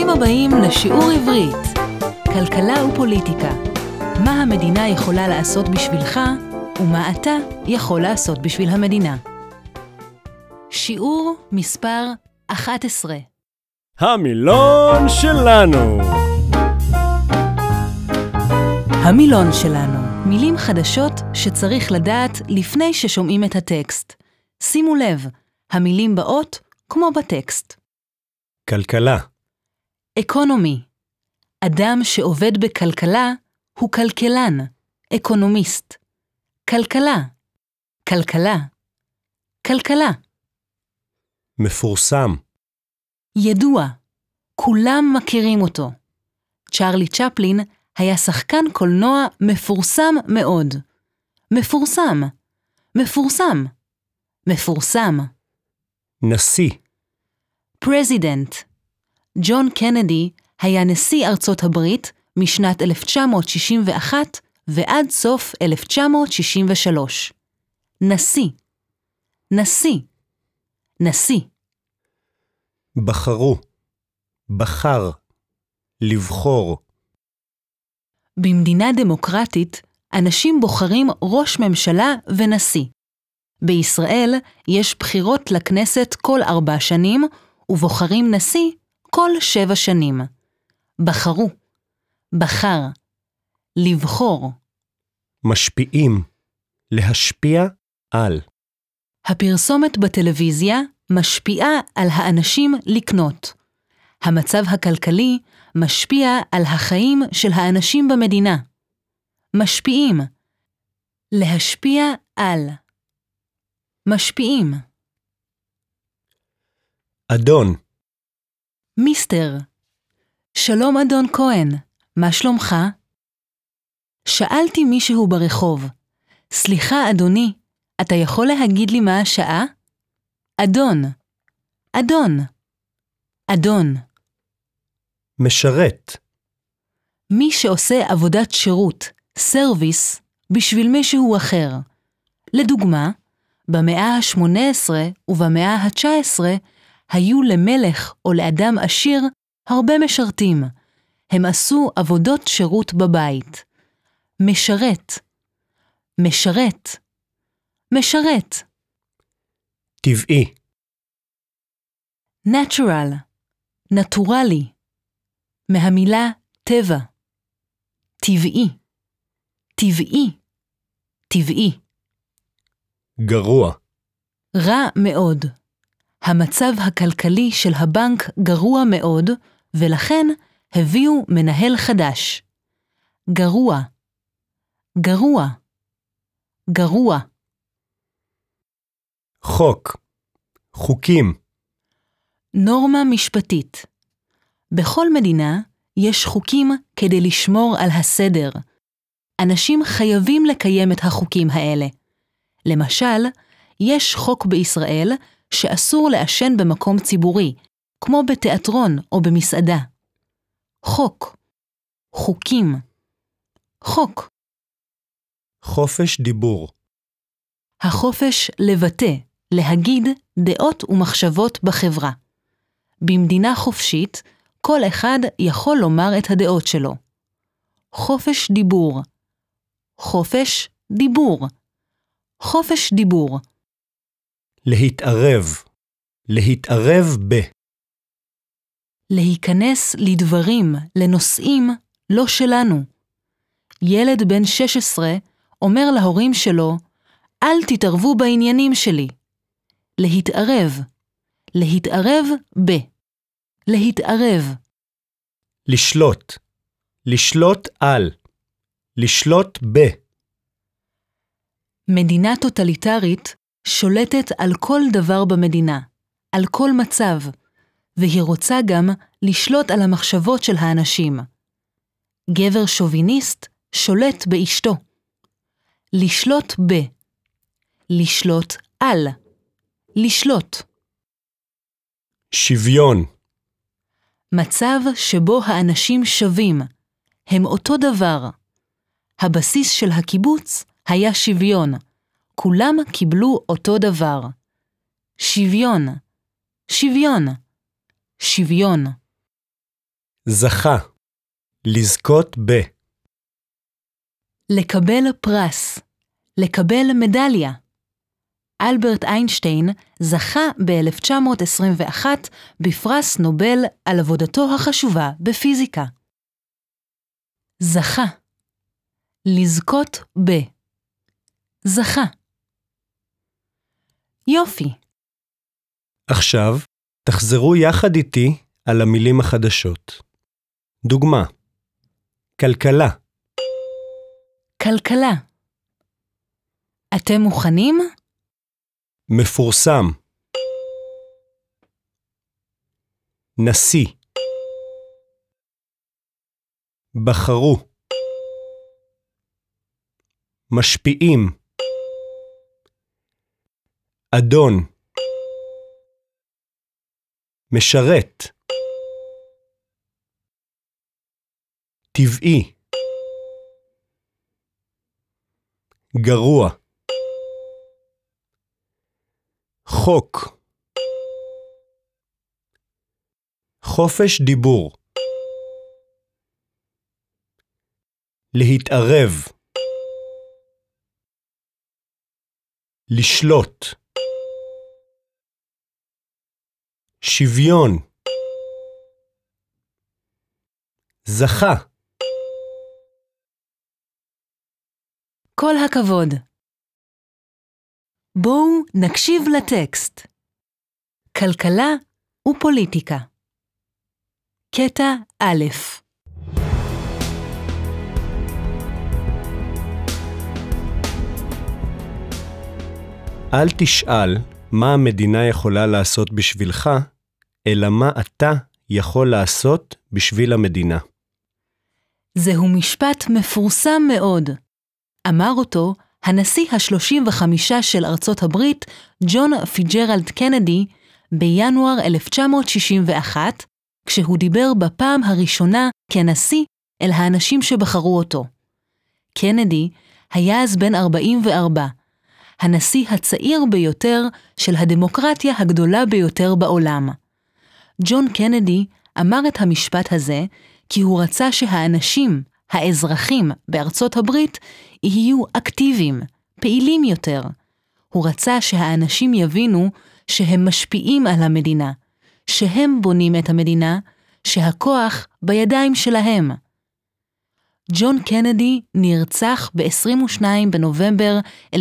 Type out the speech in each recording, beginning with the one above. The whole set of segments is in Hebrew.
ברוכים הבאים לשיעור עברית. כלכלה ופוליטיקה. מה המדינה יכולה לעשות בשבילך, ומה אתה יכול לעשות בשביל המדינה. שיעור מספר 11. המילון שלנו. המילון שלנו. מילים חדשות שצריך לדעת לפני ששומעים את הטקסט. שימו לב, המילים באות כמו בטקסט. כלכלה. אקונומי. אדם שעובד בכלכלה הוא כלכלן, אקונומיסט. כלכלה. כלכלה. כלכלה. מפורסם. ידוע. כולם מכירים אותו. צ'רלי צ'פלין היה שחקן קולנוע מפורסם מאוד. מפורסם. מפורסם. מפורסם. נשיא. פרזידנט. ג'ון קנדי היה נשיא ארצות הברית משנת 1961 ועד סוף 1963. נשיא. נשיא. נשיא. בחרו. בחר. לבחור. במדינה דמוקרטית, אנשים בוחרים ראש ממשלה ונשיא. בישראל יש בחירות לכנסת כל 4 שנים, ובוחרים נשיא כל 7 שנים. בחרו. בחר. לבחור. משפיעים. להשפיע על. הפרסומת בטלוויזיה משפיעה על האנשים לקנות. המצב הכלכלי משפיע על החיים של האנשים במדינה. משפיעים. להשפיע על. משפיעים. אדון. מיסטר. שלום אדון כהן, מה שלומך? שאלתי מישהו ברחוב, סליחה אדוני, אתה יכול להגיד לי מה השעה? אדון. אדון. אדון. משרת. מי שעושה עבודת שירות, סרוויס, בשביל מישהו אחר. לדוגמה, במאה ה-18 ובמאה ה-19 היו למלך או לאדם עשיר הרבה משרתים. הם עשו עבודות שירות בבית. משרת. משרת. משרת. טבעי. natural. נטורלי. מהמילה טבע. טבעי. טבעי. טבעי. גרוע. רע מאוד. המצב הכלכלי של הבנק גרוע מאוד, ולכן הביאו מנהל חדש. גרוע. גרוע. גרוע. חוק. חוקים. נורמה משפטית. בכל מדינה יש חוקים כדי לשמור על הסדר. אנשים חייבים לקיים את החוקים האלה. למשל, יש חוק בישראל שאסור לעשן במקום ציבורי, כמו בתיאטרון או במסעדה. חוק. חוקים. חוק. חופש דיבור. החופש לבטא, להגיד דעות ומחשבות בחברה. במדינה חופשית, כל אחד יכול לומר את הדעות שלו. חופש דיבור. חופש דיבור. חופש דיבור. להתערב. להתערב ב. להיכנס לדברים, לנושאים לא שלנו. ילד בן 16 אומר להורים שלו, אל תתערבו בעניינים שלי. להתערב. להתערב ב. להתערב. לשלוט. לשלוט על. לשלוט ב. מדינה טוטליטרית שולטת על כל דבר במדינה, על כל מצב, והיא רוצה גם לשלוט על המחשבות של האנשים. גבר שוביניסט שולט באשתו. לשלוט ב. לשלוט על. לשלוט. שוויון. מצב שבו האנשים שווים, הם אותו דבר. הבסיס של הקיבוץ היה שוויון. כולם קיבלו אותו דבר. שוויון. שוויון. שוויון. זכה, לזכות ב. לקבל פרס, לקבל מדליה. אלברט איינשטיין זכה ב-1921 בפרס נובל על עבודתו החשובה בפיזיקה. זכה, לזכות ב. זכה. יופי. עכשיו, תחזרו יחד איתי על המילים החדשות. דוגמה, כלכלה. כלכלה. אתם מוכנים? מפורסם. נשיא. בחרו. משפיעים. אדון. משרת. טבעי. גרוע. חוק. חופש דיבור. להתערב. לשלוט. שוויון. זכה. כל הכבוד. בואו נקשיב לטקסט. כלכלה ופוליטיקה. קטע א'. אל תשאל מה המדינה יכולה לעשות בשבילך, אלא מה אתה יכול לעשות בשביל המדינה. זהו משפט מפורסם מאוד. אמר אותו הנשיא ה-35 של ארצות הברית, ג'ון פיג'רלד קנדי, בינואר 1961, כשהוא דיבר בפעם הראשונה כנשיא אל האנשים שבחרו אותו. קנדי היה אז בן 44, הנשיא הצעיר ביותר של הדמוקרטיה הגדולה ביותר בעולם. ג'ון קנדי אמר את המשפט הזה כי הוא רצה שהאנשים, האזרחים בארצות הברית, יהיו אקטיביים, פעילים יותר. הוא רצה שהאנשים יבינו שהם משפיעים על המדינה, שהם בונים את המדינה, שהכוח בידיים שלהם. ג'ון קנדי נרצח ב-22 בנובמבר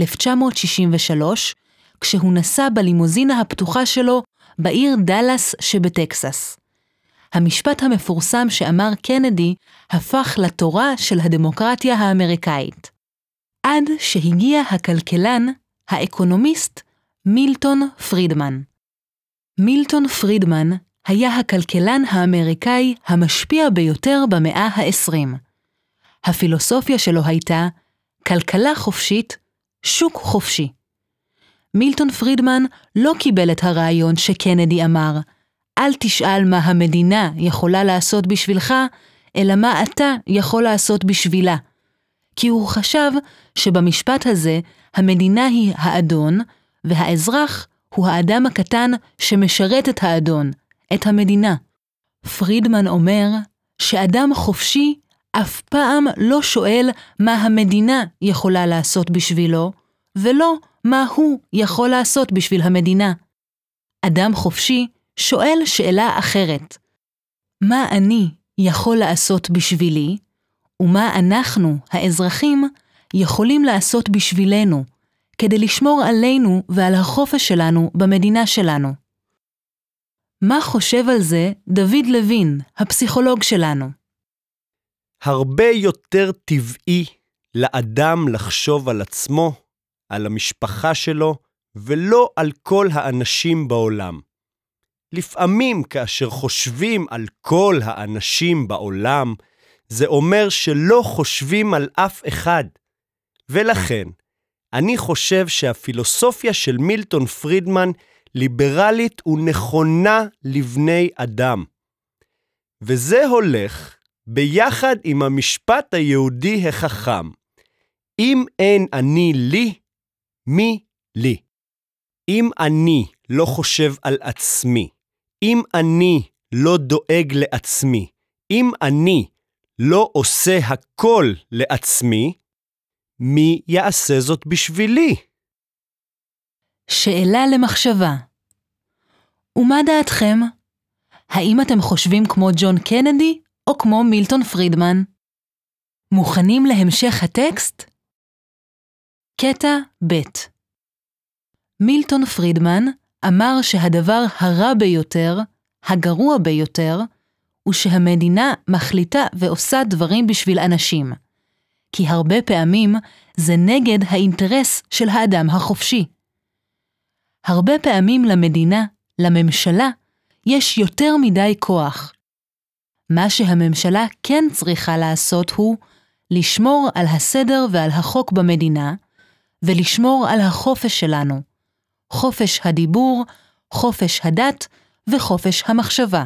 1963, כשהוא נסע בלימוזינה הפתוחה שלו בעיר דלס שבטקסס. המשפט המפורסם שאמר קנדי הפך לתורה של הדמוקרטיה האמריקאית. עד שהגיע הכלכלן, האקונומיסט, מילטון פרידמן. מילטון פרידמן היה הכלכלן האמריקאי המשפיע ביותר במאה ה-20. הפילוסופיה שלו הייתה כלכלה חופשית, שוק חופשי. מילטון פרידמן לא קיבל את הרעיון שקנדי אמר, אל תשאל מה המדינה יכולה לעשות בשבילך, אלא מה אתה יכול לעשות בשבילה. כי הוא חשב שבמשפט הזה המדינה היא האדון, והאזרח הוא האדם הקטן שמשרת את האדון, את המדינה. פרידמן אומר שאדם חופשי אף פעם לא שואל מה המדינה יכולה לעשות בשבילו, ולא מה הוא יכול לעשות בשביל המדינה. אדם חופשי שואל שאלה אחרת. מה אני יכול לעשות בשבילי, ומה אנחנו, האזרחים, יכולים לעשות בשבילנו, כדי לשמור עלינו ועל החופש שלנו במדינה שלנו. מה חושב על זה דוד לוין, הפסיכולוג שלנו? הרבה יותר טבעי לאדם לחשוב על עצמו, על המשפחה שלו, ולא על כל האנשים בעולם. לפעמים כאשר חושבים על כל האנשים בעולם, זה אומר שלא חושבים על אף אחד. ולכן, אני חושב שהפילוסופיה של מילטון פרידמן ליברלית ונכונה לבני אדם. וזה הולך ביחד עם המשפט היהודי החכם. אם אין אני לי, מי לי? אם אני לא חושב על עצמי, אם אני לא דואג לעצמי, אם אני לא עושה הכל לעצמי, מי יעשה זאת בשבילי? שאלה למחשבה. ומה דעתכם? האם אתם חושבים כמו ג'ון קנדי או כמו מילטון פרידמן? מוכנים להמשך הטקסט? קטע ב' מילטון פרידמן אמר שהדבר הרע ביותר, הגרוע ביותר, הוא שהמדינה מחליטה ועושה דברים בשביל אנשים. כי הרבה פעמים זה נגד האינטרס של האדם החופשי. הרבה פעמים למדינה, לממשלה, יש יותר מדי כוח. מה שהממשלה כן צריכה לעשות הוא לשמור על הסדר ועל החוק במדינה, ולשמור על החופש שלנו, חופש הדיבור, חופש הדת וחופש המחשבה.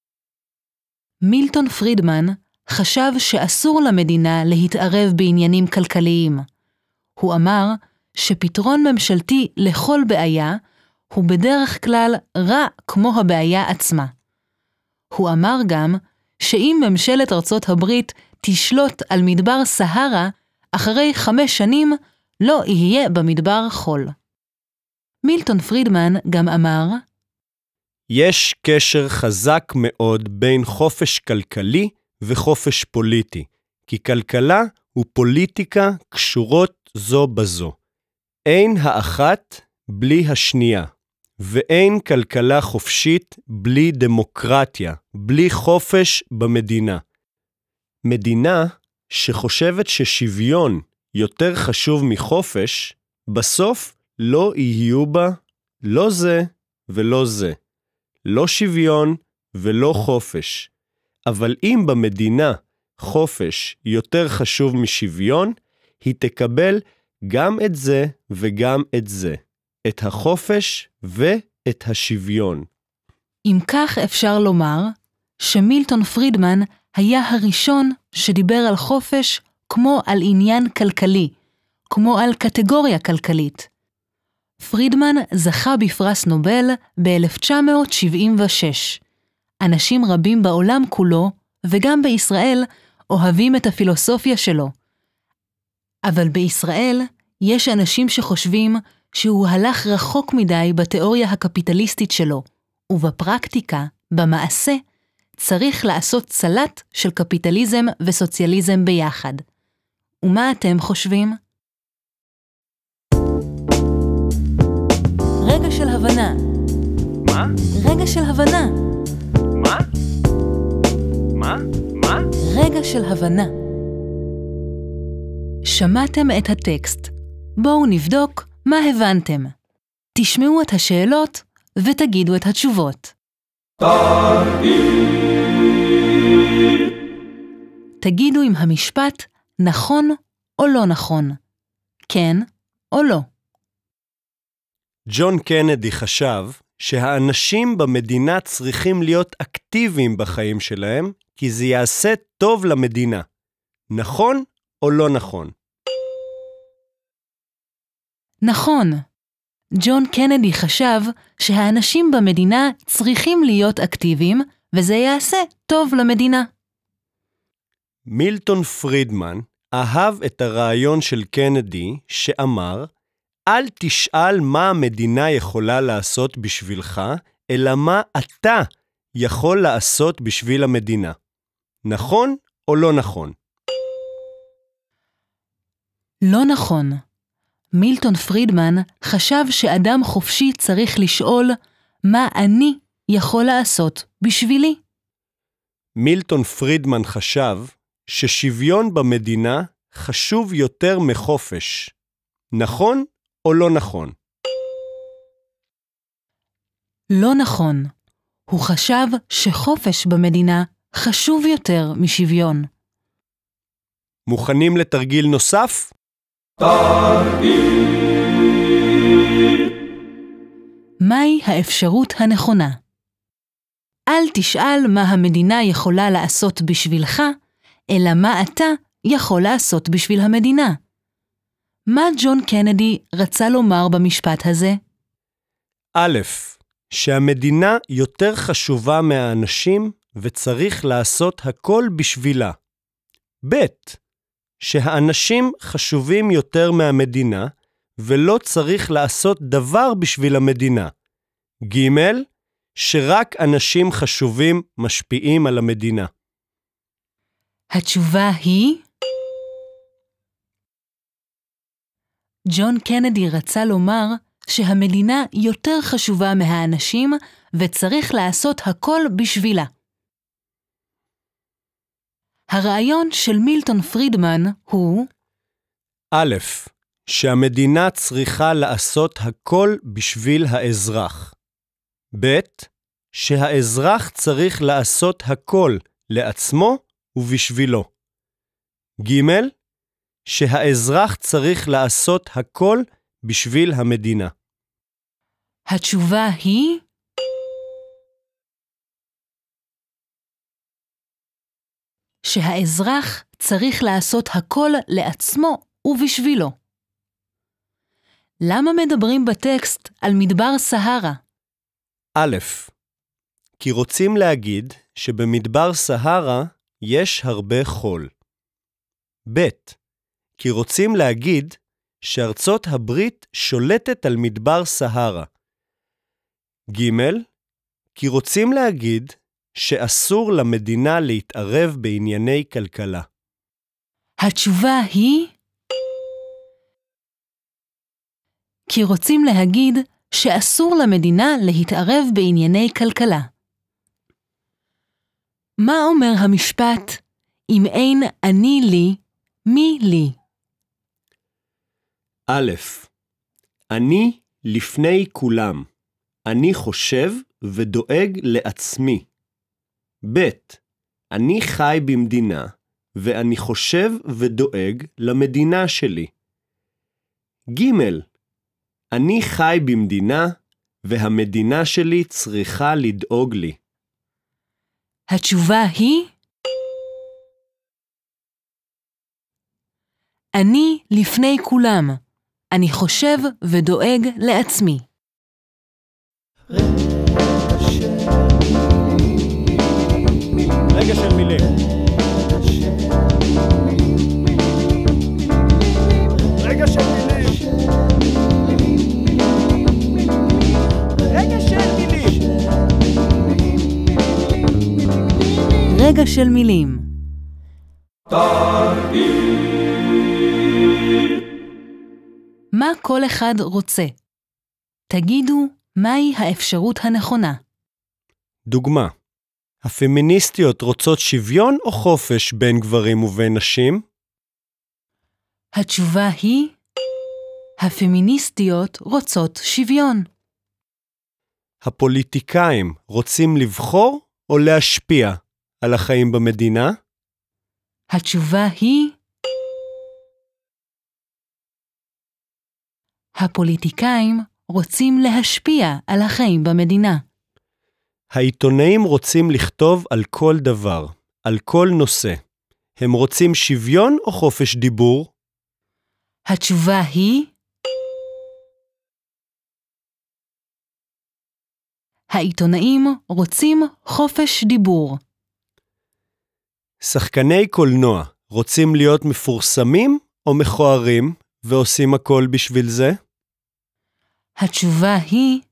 מילטון פרידמן חשב שאסור למדינה להתערב בעניינים כלכליים. הוא אמר שפתרון ממשלתי לכל בעיה הוא בדרך כלל רע כמו הבעיה עצמה. הוא אמר גם שאם ממשלת ארצות הברית תשלוט על מדבר סהרה, אחרי 5 שנים לא יהיה במדבר חול. מילטון פרידמן גם אמר, יש קשר חזק מאוד בין חופש כלכלי וחופש פוליטי, כי כלכלה ופוליטיקה קשורות זו בזו. אין האחת בלי השנייה, ואין כלכלה חופשית בלי דמוקרטיה, בלי חופש במדינה. מדינה שחושבת ששוויון יותר חשוב מחופש, בסוף לא יהיו בה לא זה ולא זה, לא שוויון ולא חופש. אבל אם במדינה חופש יותר חשוב משוויון, היא תקבל גם את זה וגם את זה, את החופש ואת השוויון. אם כך אפשר לומר שמילטון פרידמן היה הראשון שדיבר על חופש כמו על עניין כלכלי, כמו על קטגוריה כלכלית. פרידמן זכה בפרס נובל ב-1976. אנשים רבים בעולם כולו, וגם בישראל, אוהבים את הפילוסופיה שלו. אבל בישראל יש אנשים שחושבים שהוא הלך רחוק מדי בתיאוריה הקפיטליסטית שלו, ובפרקטיקה, במעשה, צריך לעשות סלט של קפיטליזם וסוציאליזם ביחד. ומה אתם חושבים? רגע של הבנה. מה? רגע של הבנה. מה? מה? מה? רגע של הבנה. שמעתם את הטקסט. בואו נבדוק מה הבנתם. תשמעו את השאלות ותגידו את התשובות. תגידו אם המשפט נכון או לא נכון. כן או לא. ג'ון קנדי חשב שהאנשים במדינה צריכים להיות אקטיביים בחיים שלהם, כי זה יעשה טוב למדינה. נכון או לא נכון? נכון. ג'ון קנדי חשב שהאנשים במדינה צריכים להיות אקטיביים, וזה יעשה טוב למדינה. מילטון פרידמן אהב את הרעיון של קנדי שאמר, אל תשאל מה המדינה יכולה לעשות בשבילך, אלא מה אתה יכול לעשות בשביל המדינה. נכון או לא נכון? לא נכון. מילטון פרידמן חשב שאדם חופשי צריך לשאול מה אני יכול לעשות בשבילי. מילטון פרידמן חשב ששוויון במדינה חשוב יותר מחופש. נכון או לא נכון? לא נכון. הוא חשב שחופש במדינה חשוב יותר משוויון. מוכנים לתרגיל נוסף? מהי האפשרות הנכונה? אל תשאל מה המדינה יכולה לעשות בשבילך, אלא מה אתה יכול לעשות בשביל המדינה. מה ג'ון קנדי רצה לומר במשפט הזה? א', שהמדינה יותר חשובה מהאנשים וצריך לעשות הכל בשבילה. ב' שהאנשים חשובים יותר מהמדינה, ולא צריך לעשות דבר בשביל המדינה. ג' שרק אנשים חשובים משפיעים על המדינה. התשובה היא... ג'ון קנדי רצה לומר שהמדינה יותר חשובה מהאנשים וצריך לעשות הכל בשבילה. הרעיון של מילטון פרידמן הוא א', שהמדינה צריכה לעשות הכל בשביל האזרח. ב', שהאזרח צריך לעשות הכל לעצמו ובשבילו. ג', שהאזרח צריך לעשות הכל בשביל המדינה. התשובה היא... שהאזרח צריך לעשות הכל לעצמו ובשבילו. למה מדברים בטקסט על מדבר סהרה? א', כי רוצים להגיד שבמדבר סהרה יש הרבה חול. ב', כי רוצים להגיד שארצות הברית שולטת על מדבר סהרה. ג', כי רוצים להגיד שאסור למדינה להתערב בענייני כלכלה. התשובה היא... כי רוצים להגיד שאסור למדינה להתערב בענייני כלכלה. מה אומר המשפט, אם אין אני לי, מי לי? א', אני לפני כולם. אני חושב ודואג לעצמי. ב', אני חי במדינה, ואני חושב ודואג למדינה שלי. ג', אני חי במדינה, והמדינה שלי צריכה לדאוג לי. התשובה היא... אני לפני כולם. אני חושב ודואג לעצמי. רגע של מילים. רגע של מילים. רגע של מילים. רגע של מילים. מה כל אחד רוצה? תגידו, מהי האפשרות הנכונה? דוגמה. הפמיניסטיות רוצות שוויון או חופש בין גברים ובין נשים? התשובה היא... הפמיניסטיות רוצות שוויון. הפוליטיקאים רוצים לבחור או להשפיע על החיים במדינה? התשובה היא... הפוליטיקאים רוצים להשפיע על החיים במדינה. העיתונאים רוצים לכתוב על כל דבר, על כל נושא. הם רוצים שוויון או חופש דיבור? התשובה היא... העיתונאים רוצים חופש דיבור. שחקני קולנוע רוצים להיות מפורסמים או מכוערים ועושים הכל בשביל זה? התשובה היא...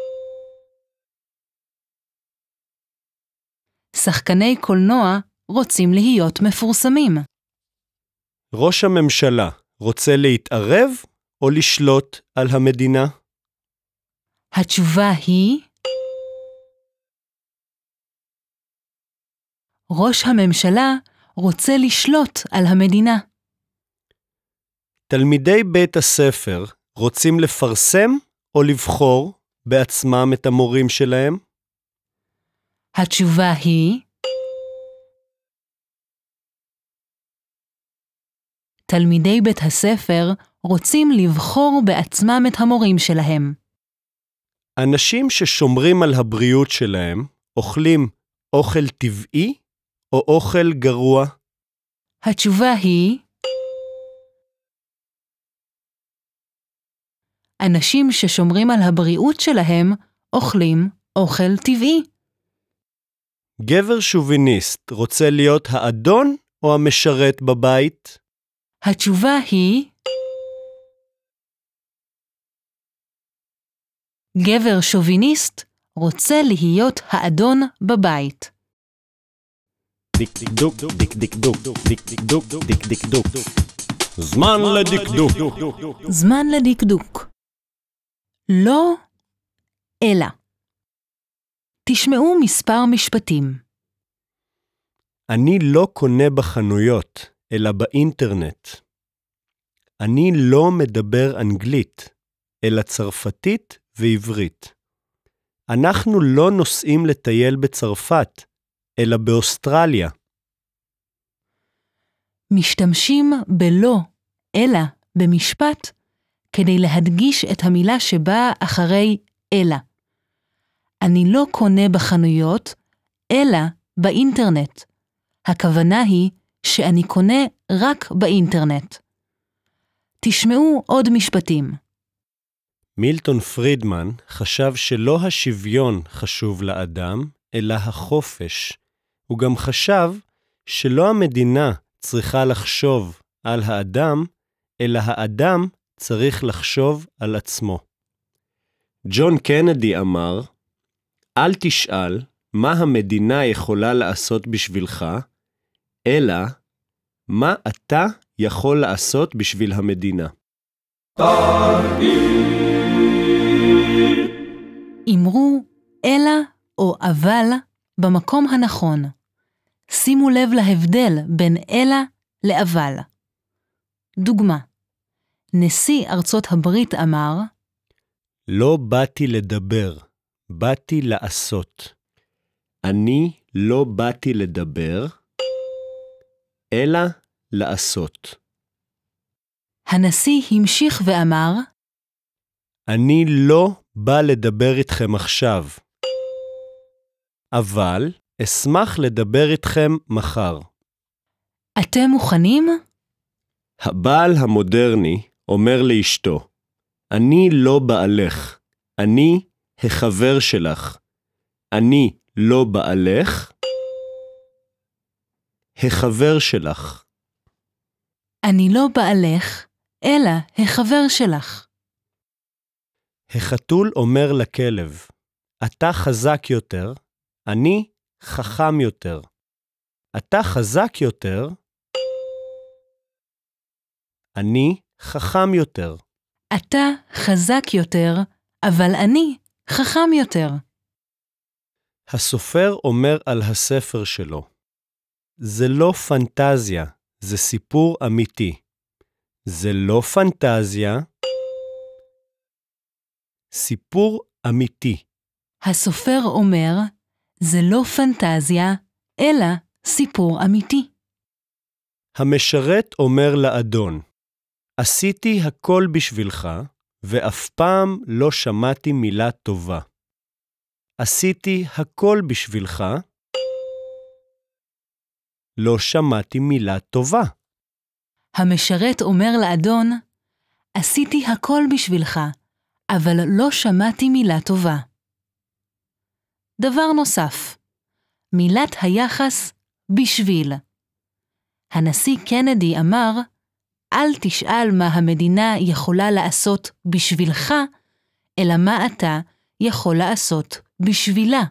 שחקני קולנוע רוצים להיות מפורסמים. ראש הממשלה רוצה להתערב או לשלוט על המדינה? התשובה היא... ראש הממשלה רוצה לשלוט על המדינה. תלמידי בית הספר רוצים לפרסם או לבחור בעצמם את המורים שלהם? התשובה היא... תלמידי בית הספר רוצים לבחור בעצמם את המורים שלהם. אנשים ששומרים על הבריאות שלהם אוכלים אוכל טבעי או אוכל גרוע? התשובה היא... אנשים ששומרים על הבריאות שלהם אוכלים אוכל טבעי. גבר שוביניסט רוצה להיות האדון או המשרת בבית? התשובה היא גבר שוביניסט רוצה להיות האדון בבית. דקדוק, דקדוק, דקדוק, דקדוק. זמן לדקדוק. זמן לדקדוק. לא, אלא. תשמעו מספר משפטים. אני לא קונה בחנויות, אלא באינטרנט. אני לא מדבר אנגלית, אלא צרפתית ועברית. אנחנו לא נוסעים לטייל בצרפת, אלא באוסטרליה. משתמשים בלא, אלא, במשפט, כדי להדגיש את המילה שבאה אחרי אלא. אני לא קונה בחנויות, אלא באינטרנט. הכוונה היא שאני קונה רק באינטרנט. תשמעו עוד משפטים. מילטון פרידמן חשב שלא השוויון חשוב לאדם, אלא החופש. הוא גם חשב שלא המדינה צריכה לחשוב על האדם, אלא האדם צריך לחשוב על עצמו. ג'ון קנדי אמר, אל תשאל מה המדינה יכולה לעשות בשבילך, אלא מה אתה יכול לעשות בשביל המדינה. אמרו אלא או אבל במקום הנכון. שימו לב להבדל בין אלא לאבל. דוגמה, נשיא ארצות הברית אמר, לא באתי לדבר, באתי לעשות. אני לא באתי לדבר, אלא לעשות. הנשיא המשיך ואמר, אני לא בא לדבר איתכם עכשיו, אבל אשמח לדבר איתכם מחר. אתם מוכנים? הבעל המודרני אומר לאשתו, אני לא בעלך, אני החבר שלך. אני לא בעלך, החבר שלך. אני לא בעלך, אלא החבר שלך. החתול אומר לכלב, אתה חזק יותר, אני חכם יותר. אתה חזק יותר, אני חכם יותר. אתה חזק יותר, אבל אני חכם יותר. הסופר אומר על הספר שלו, זה לא פנטזיה, זה סיפור אמיתי. זה לא פנטזיה, סיפור אמיתי. הסופר אומר, זה לא פנטזיה, אלא סיפור אמיתי. המשרת אומר לאדון, עשיתי הכל בשבילך, ואף פעם לא שמעתי מילה טובה. עשיתי הכל בשבילך, לא שמעתי מילה טובה. המשרת אומר לאדון, עשיתי הכל בשבילך, אבל לא שמעתי מילה טובה. דבר נוסף, מילת היחס בשביל. הנשיא קנדי אמר, אל תשאל מה המדינה יכולה לעשות בשבילך, אלא מה אתה יכול לעשות בשבילה.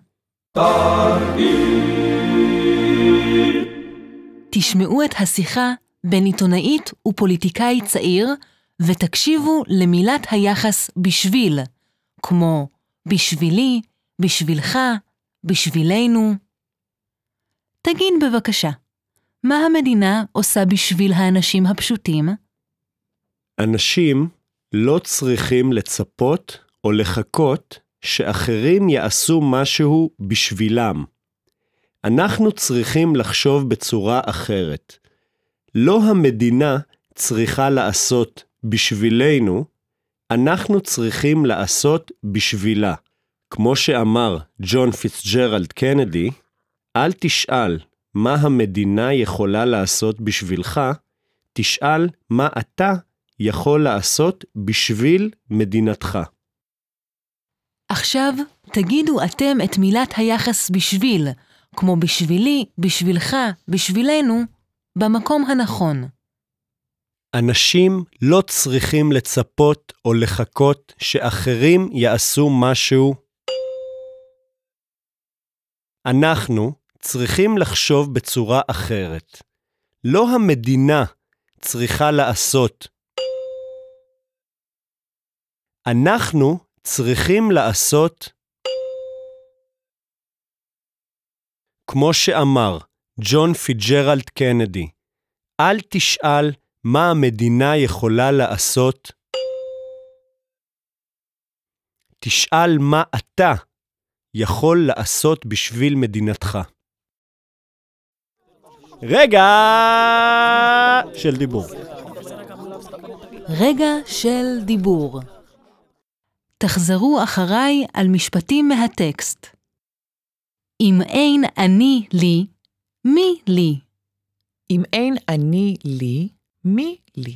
תשמעו את השיחה בין עיתונאית ופוליטיקאי צעיר, ותקשיבו למילת היחס בשביל, כמו בשבילי, בשבילך, בשבילנו. תגיד בבקשה, מה המדינה עושה בשביל האנשים הפשוטים? אנשים לא צריכים לצפות או לחכות שאחרים יעשו משהו בשבילם. אנחנו צריכים לחשוב בצורה אחרת. לא המדינה צריכה לעשות בשבילנו, אנחנו צריכים לעשות בשבילה. כמו שאמר ג'ון פיצג'רלד קנדי, אל תשאל מה המדינה יכולה לעשות בשבילך, תשאל מה אתה יכול לעשות בשביל מדינתך. עכשיו תגידו אתם את מילת היחס בשביל, כמו בשבילי, בשבילך, בשבילנו, במקום הנכון. אנשים לא צריכים לצפות או לחכות שאחרים יעשו משהו. אנחנו צריכים לחשוב בצורה אחרת. לא המדינה צריכה לעשות. אנחנו צריכים לעשות כמו שאמר ג'ון פיג'רלד קנדי, אל תשאל מה המדינה יכולה לעשות. תשאל מה אתה יכול לעשות בשביל מדינתך. רגע של דיבור. רגע של דיבור. תחזרו אחריי על משפטים מהטקסט. אם אין אני לי, מי לי? אם אין אני לי, מי לי?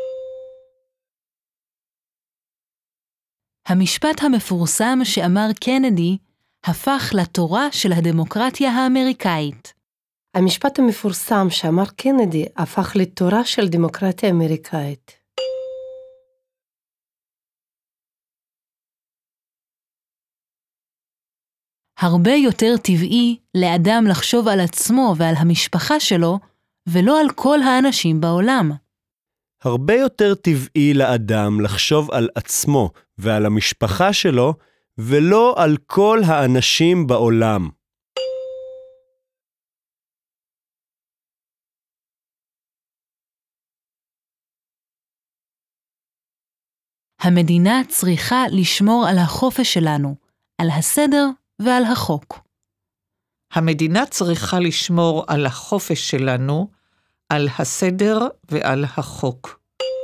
המשפט המפורסם שאמר קנדי הפך לתורה של הדמוקרטיה האמריקאית. המשפט המפורסם שאמר קנדי הפך לתורה של דמוקרטיה אמריקאית. הרבה יותר טבעי לאדם לחשוב על עצמו ועל המשפחה שלו, ולא על כל האנשים בעולם. הרבה יותר טבעי לאדם לחשוב על עצמו ועל המשפחה שלו, ולא על כל האנשים בעולם. המדינה צריכה לשמור על החופש שלנו, על הסדר ועל החוק. המדינה צריכה לשמור על החופש שלנו, על הסדר ועל החוק.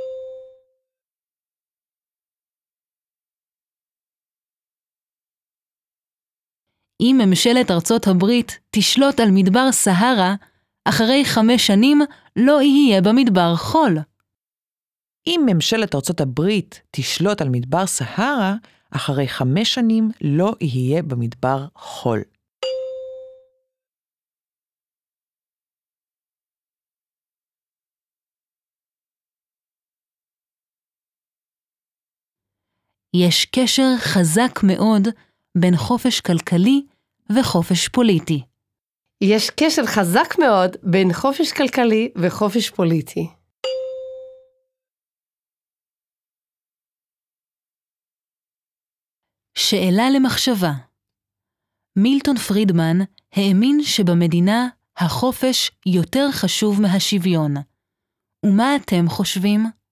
אם ממשלת ארצות הברית תשלוט על מדבר סהרה, אחרי 5 שנים לא יהיה במדבר חול. אם ממשלת ארצות הברית תשלוט על מדבר סהרה, אחרי 5 שנים לא יהיה במדבר חול. יש קשר חזק מאוד בין חופש כלכלי וחופש פוליטי. יש קשר חזק מאוד בין חופש כלכלי וחופש פוליטי. שאלה למחשבה. מילטון פרידמן האמין שבמדינה החופש יותר חשוב מהשוויון. ומה אתם חושבים?